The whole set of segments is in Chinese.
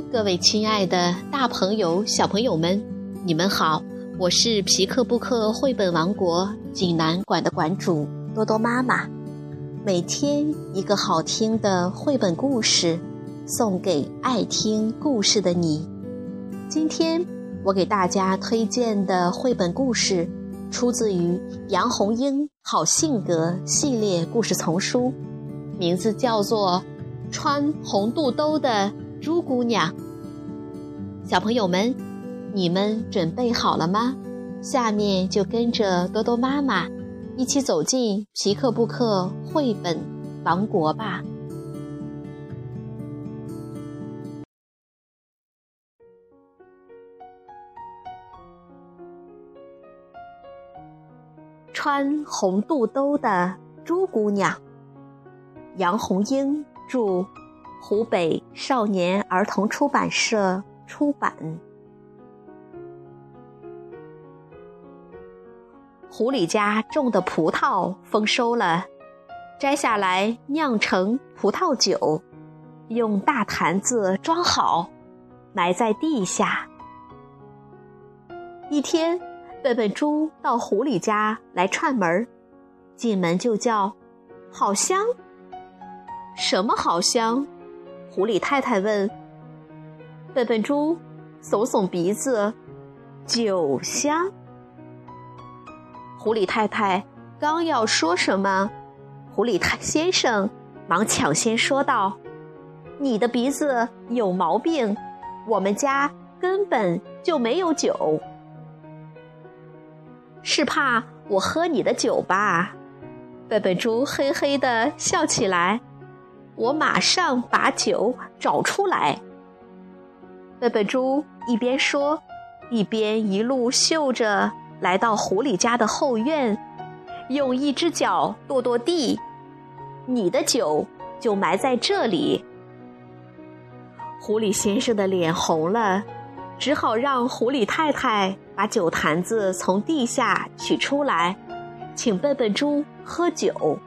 各位亲爱的大朋友小朋友们，你们好，我是皮克布克绘本王国济南馆的馆主多多妈妈。每天一个好听的绘本故事，送给爱听故事的你。今天我给大家推荐的绘本故事出自于杨红樱好性格系列故事丛书，名字叫做穿红肚兜的猪姑娘。小朋友们，你们准备好了吗？下面就跟着多多妈妈一起走进皮克布克绘本王国吧。穿红肚兜的猪姑娘，杨红樱著，湖北少年儿童出版社出版。狐狸家种的葡萄丰收了，摘下来酿成葡萄酒，用大坛子装好，埋在地下。一天，笨笨猪到狐狸家来串门，进门就叫：好香！什么好香？狐狸太太问。笨笨猪耸耸鼻子，酒香。狐狸太太刚要说什么，狐狸先生忙抢先说道：你的鼻子有毛病，我们家根本就没有酒。是怕我喝你的酒吧？笨笨猪嘿嘿地笑起来，我马上把酒找出来。笨笨猪一边说，一边一路嗅着来到狐狸家的后院，用一只脚跺跺地，你的酒就埋在这里。狐狸先生的脸红了，只好让狐狸太太把酒坛子从地下取出来，请笨笨猪喝酒。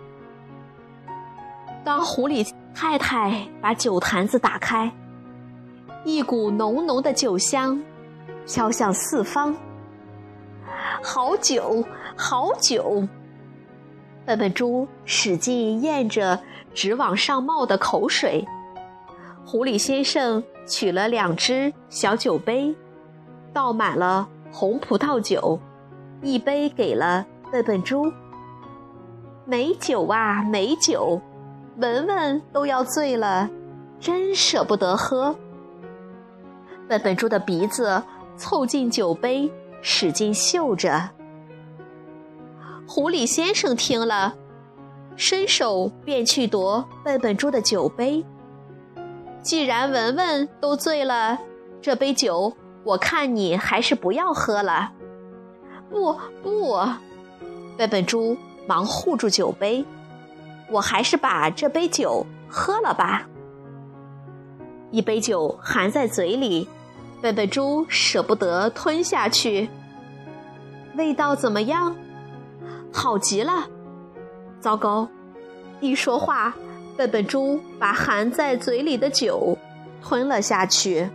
当狐狸太太把酒坛子打开，一股浓浓的酒香飘向四方。好酒，好酒！笨笨猪使劲咽着直往上冒的口水。狐狸先生取了2只小酒杯，倒满了红葡萄酒，一杯给了笨笨猪。美酒啊，美酒，闻闻都要醉了，真舍不得喝。笨笨猪的鼻子凑近酒杯，使劲嗅着。狐狸先生听了，伸手便去夺笨笨猪的酒杯。既然闻闻都醉了，这杯酒我看你还是不要喝了。不，笨笨猪忙护住酒杯，我还是把这杯酒喝了吧。一杯酒含在嘴里，笨笨猪舍不得吞下去。味道怎么样？好极了。糟糕，一说话，笨笨猪把含在嘴里的酒吞了下去。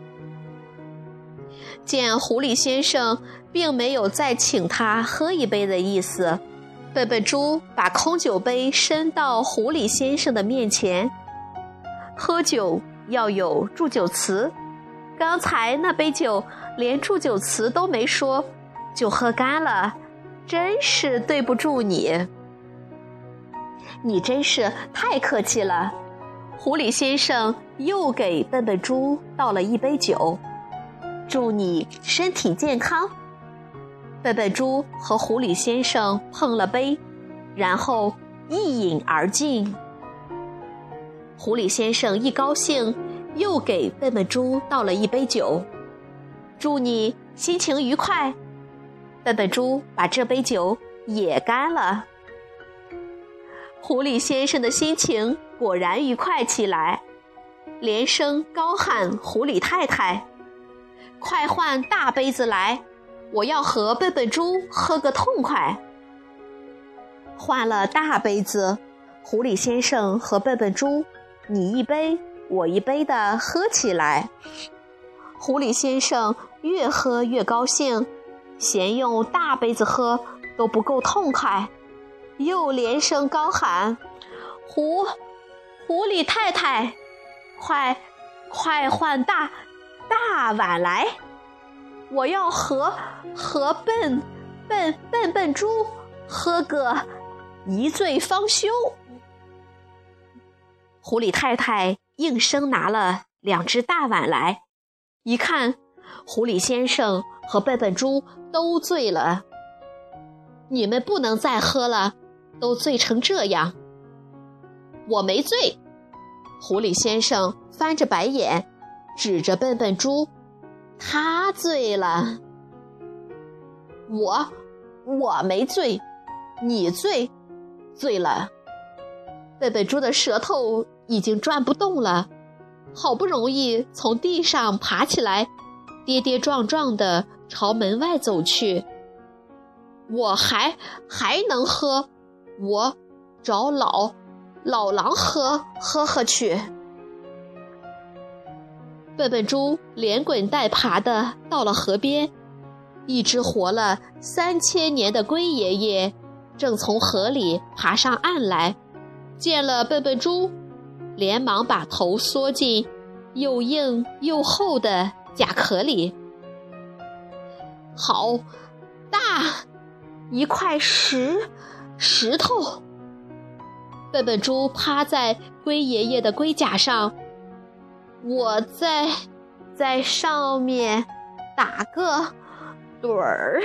见狐狸先生并没有再请他喝一杯的意思，笨笨猪把空酒杯伸到狐狸先生的面前。喝酒要有祝酒词，刚才那杯酒连祝酒词都没说，就喝干了，真是对不住你。你真是太客气了。狐狸先生又给笨笨猪倒了一杯酒，祝你身体健康。笨笨猪和狐狸先生碰了杯，然后一饮而尽。狐狸先生一高兴，又给笨笨猪倒了一杯酒，祝你心情愉快。笨笨猪把这杯酒也干了。狐狸先生的心情果然愉快起来，连声高喊狐狸太太：快换大杯子来，我要和笨笨猪喝个痛快。换了大杯子，狐狸先生和笨笨猪你一杯我一杯地喝起来。狐狸先生越喝越高兴，嫌用大杯子喝都不够痛快，又连声高喊：狐狸太太，快换大碗来，我要和笨猪喝个一醉方休。狐狸太太应声拿了2只大碗来，一看狐狸先生和笨猪都醉了。你们不能再喝了，都醉成这样。我没醉。狐狸先生翻着白眼，指着笨猪，他醉了。我没醉，你醉了。笨猪的舌头已经转不动了，好不容易从地上爬起来，跌跌撞撞地朝门外走去。我还能喝，我找老狼喝去。笨猪连滚带爬地到了河边，一只活了3000年的龟爷爷正从河里爬上岸来，见了笨猪，连忙把头缩进又硬又厚的甲壳里。好大一块石头！笨猪趴在龟爷爷的龟甲上，我在上面打个盹儿。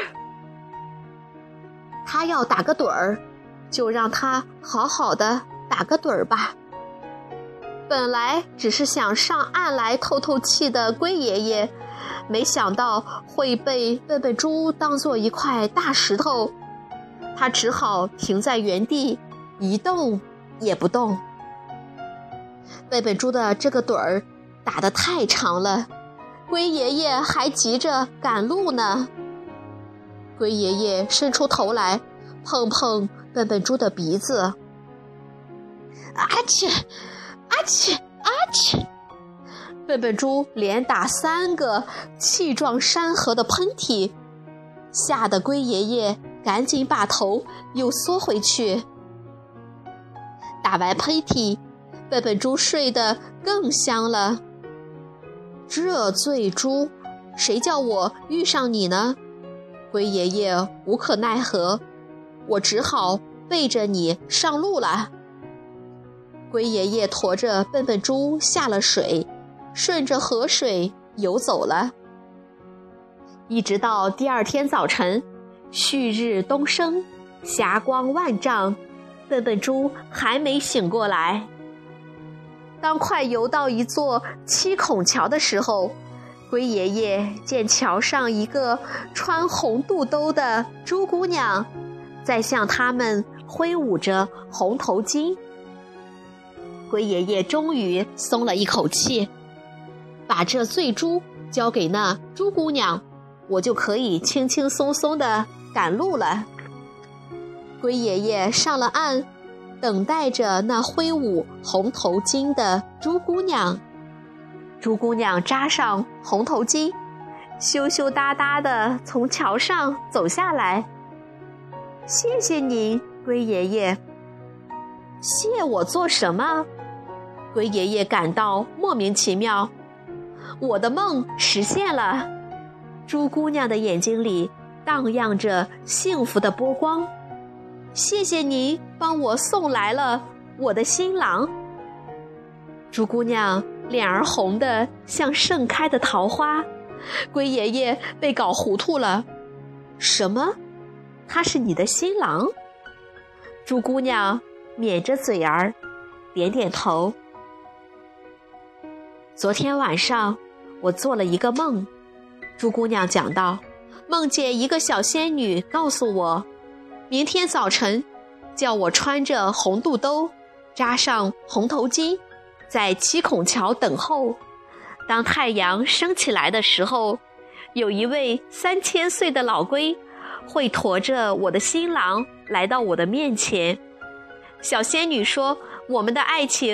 他要打个盹儿，就让他好好的打个盹儿吧。本来只是想上岸来透透气的龟爷爷，没想到会被笨猪当作一块大石头，他只好停在原地，一动也不动。笨猪的这个盹儿打得太长了，龟爷爷还急着赶路呢。龟爷爷伸出头来，碰碰笨猪的鼻子，啊切啊切啊切！笨猪连打3个气壮山河的喷嚏，吓得龟爷爷赶紧把头又缩回去。打完喷嚏，笨猪睡得更香了。这醉猪，谁叫我遇上你呢？龟爷爷无可奈何，我只好背着你上路了。龟爷爷驮着笨猪下了水，顺着河水游走了。一直到第2天早晨，旭日东升，霞光万丈，笨猪还没醒过来。当快游到一座7孔桥的时候，龟爷爷见桥上一个穿红肚兜的猪姑娘在向他们挥舞着红头巾。龟爷爷终于松了一口气，把这醉猪交给那猪姑娘，我就可以轻轻松松地赶路了。龟爷爷上了岸，等待着那挥舞红头巾的猪姑娘。猪姑娘扎上红头巾，羞羞答答地从桥上走下来。谢谢你，龟爷爷。谢我做什么？龟爷爷感到莫名其妙。我的梦实现了。猪姑娘的眼睛里荡漾着幸福的波光。谢谢您帮我送来了我的新郎。猪姑娘脸儿红得像盛开的桃花，龟爷爷被搞糊涂了。什么？他是你的新郎？猪姑娘抿着嘴儿，点点头。昨天晚上我做了一个梦，猪姑娘讲道，梦见一个小仙女告诉我，明天早晨叫我穿着红肚兜，扎上红头巾，在7孔桥等候。当太阳升起来的时候，有一位3000岁的老龟会驮着我的新郎来到我的面前。小仙女说，我们的爱情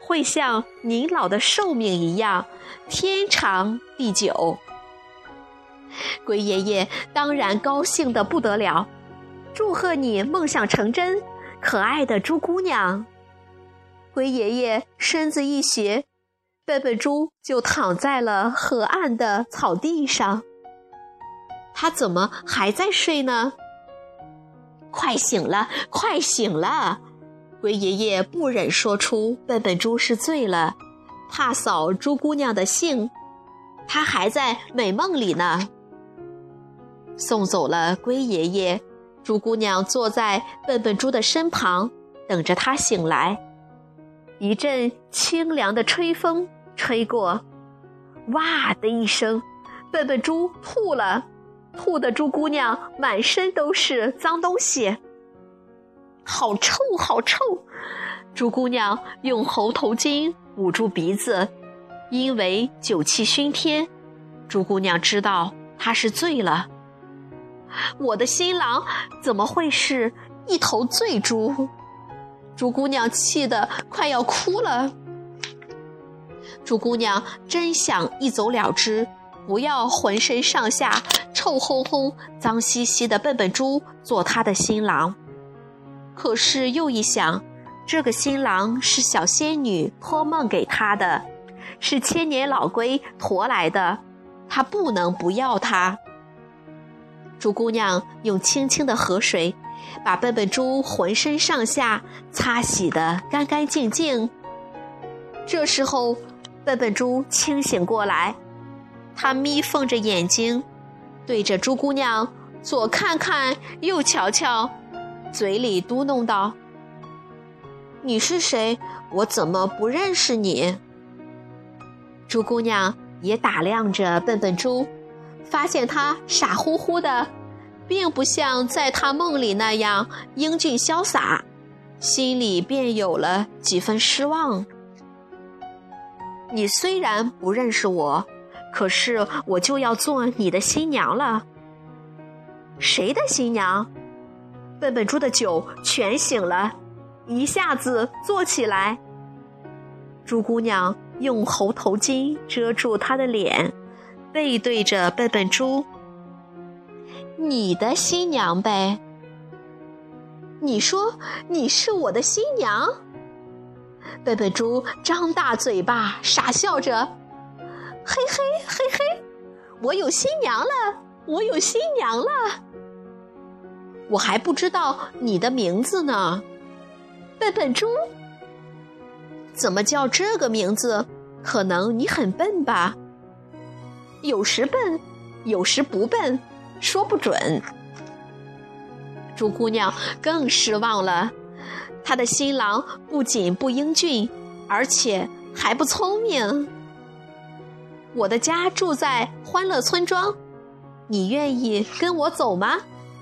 会像您老的寿命一样天长地久。龟爷爷当然高兴得不得了，祝贺你梦想成真，可爱的猪姑娘。龟爷爷身子一斜，笨笨猪就躺在了河岸的草地上。他怎么还在睡呢？快醒了，快醒了！龟爷爷不忍说出笨笨猪是醉了，怕扫猪姑娘的兴，他还在美梦里呢。送走了龟爷爷，猪姑娘坐在笨笨猪的身旁，等着他醒来。一阵清凉的吹风吹过，哇的一声，笨笨猪吐了，吐的猪姑娘满身都是脏东西。好臭好臭！猪姑娘用猴头巾捂住鼻子，因为酒气熏天，猪姑娘知道她是醉了。我的新郎怎么会是一头醉猪？猪姑娘气得快要哭了。猪姑娘真想一走了之，不要浑身上下臭烘烘、脏兮兮的笨笨猪做她的新郎。可是又一想，这个新郎是小仙女托梦给她的，是千年老龟驮来的，她不能不要他。猪姑娘用清清的河水把笨笨猪浑身上下擦洗得干干净净。这时候笨笨猪清醒过来，他眯缝着眼睛，对着猪姑娘左看看右瞧瞧，嘴里嘟哝道：你是谁？我怎么不认识你？猪姑娘也打量着笨笨猪，发现他傻乎乎的，并不像在他梦里那样英俊潇洒，心里便有了几分失望。你虽然不认识我，可是我就要做你的新娘了。谁的新娘？笨笨猪的酒全醒了，一下子坐起来。猪姑娘用猴头巾遮住她的脸，背对着笨笨猪。你的新娘呗？你说你是我的新娘？笨笨猪张大嘴巴傻笑着，嘿嘿嘿嘿，我有新娘了，我有新娘了。我还不知道你的名字呢。笨笨猪？怎么叫这个名字？可能你很笨吧？有时笨，有时不笨，说不准。猪姑娘更失望了，她的新郎不仅不英俊，而且还不聪明。我的家住在欢乐村庄，你愿意跟我走吗？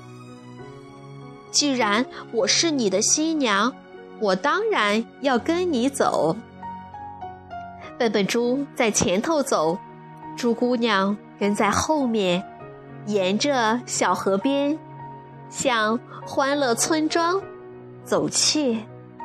既然我是你的新娘，我当然要跟你走。笨笨猪在前头走，猪姑娘跟在后面，沿着小河边向欢乐村庄走去。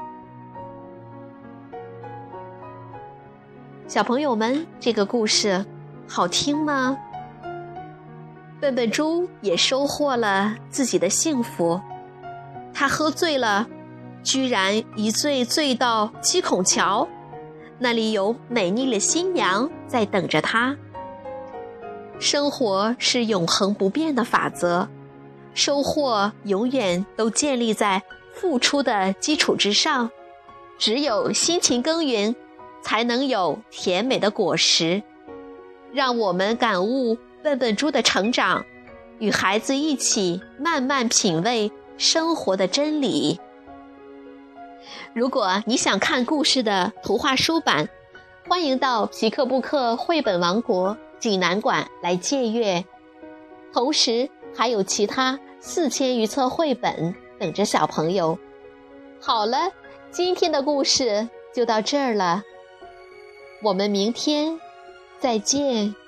小朋友们，这个故事好听吗？笨笨猪也收获了自己的幸福。他喝醉了，居然一醉醉到七孔桥，那里有美丽的新娘在等着他。生活是永恒不变的法则，收获永远都建立在付出的基础之上，只有辛勤耕耘，才能有甜美的果实。让我们感悟笨笨猪的成长，与孩子一起慢慢品味生活的真理。如果你想看故事的图画书版，欢迎到皮克布克绘本王国济南馆来借阅，同时还有其他4000余册绘本等着小朋友。好了，今天的故事就到这儿了，我们明天再见。